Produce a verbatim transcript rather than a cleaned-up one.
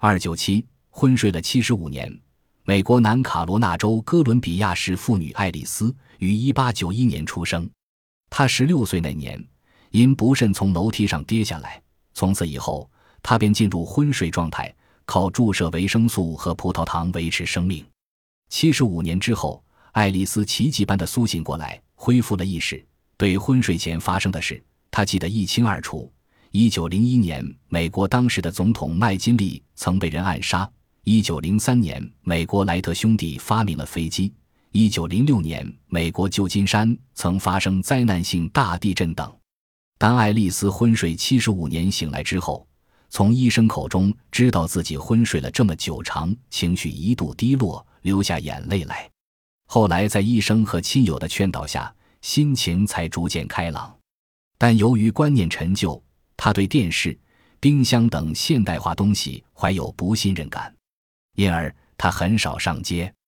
二九七昏睡了七十五年，美国南卡罗纳州哥伦比亚市妇女爱丽丝于一八九一年出生。她十六岁那年因不慎从楼梯上跌下来，从此以后她便进入昏睡状态，靠注射维生素和葡萄糖维持生命。七十五年之后，爱丽丝奇迹般地苏醒过来，恢复了意识。对昏睡前发生的事，她记得一清二楚。一九零一年，美国当时的总统麦金利曾被人暗杀。一九零三年，美国莱特兄弟发明了飞机。一九零六年，美国旧金山曾发生灾难性大地震等。当爱丽丝昏睡七十五年醒来之后，从医生口中知道自己昏睡了这么久长，情绪一度低落，流下眼泪来。后来在医生和亲友的劝导下，心情才逐渐开朗。但由于观念陈旧，他对电视、冰箱等现代化东西怀有不信任感，因而他很少上街。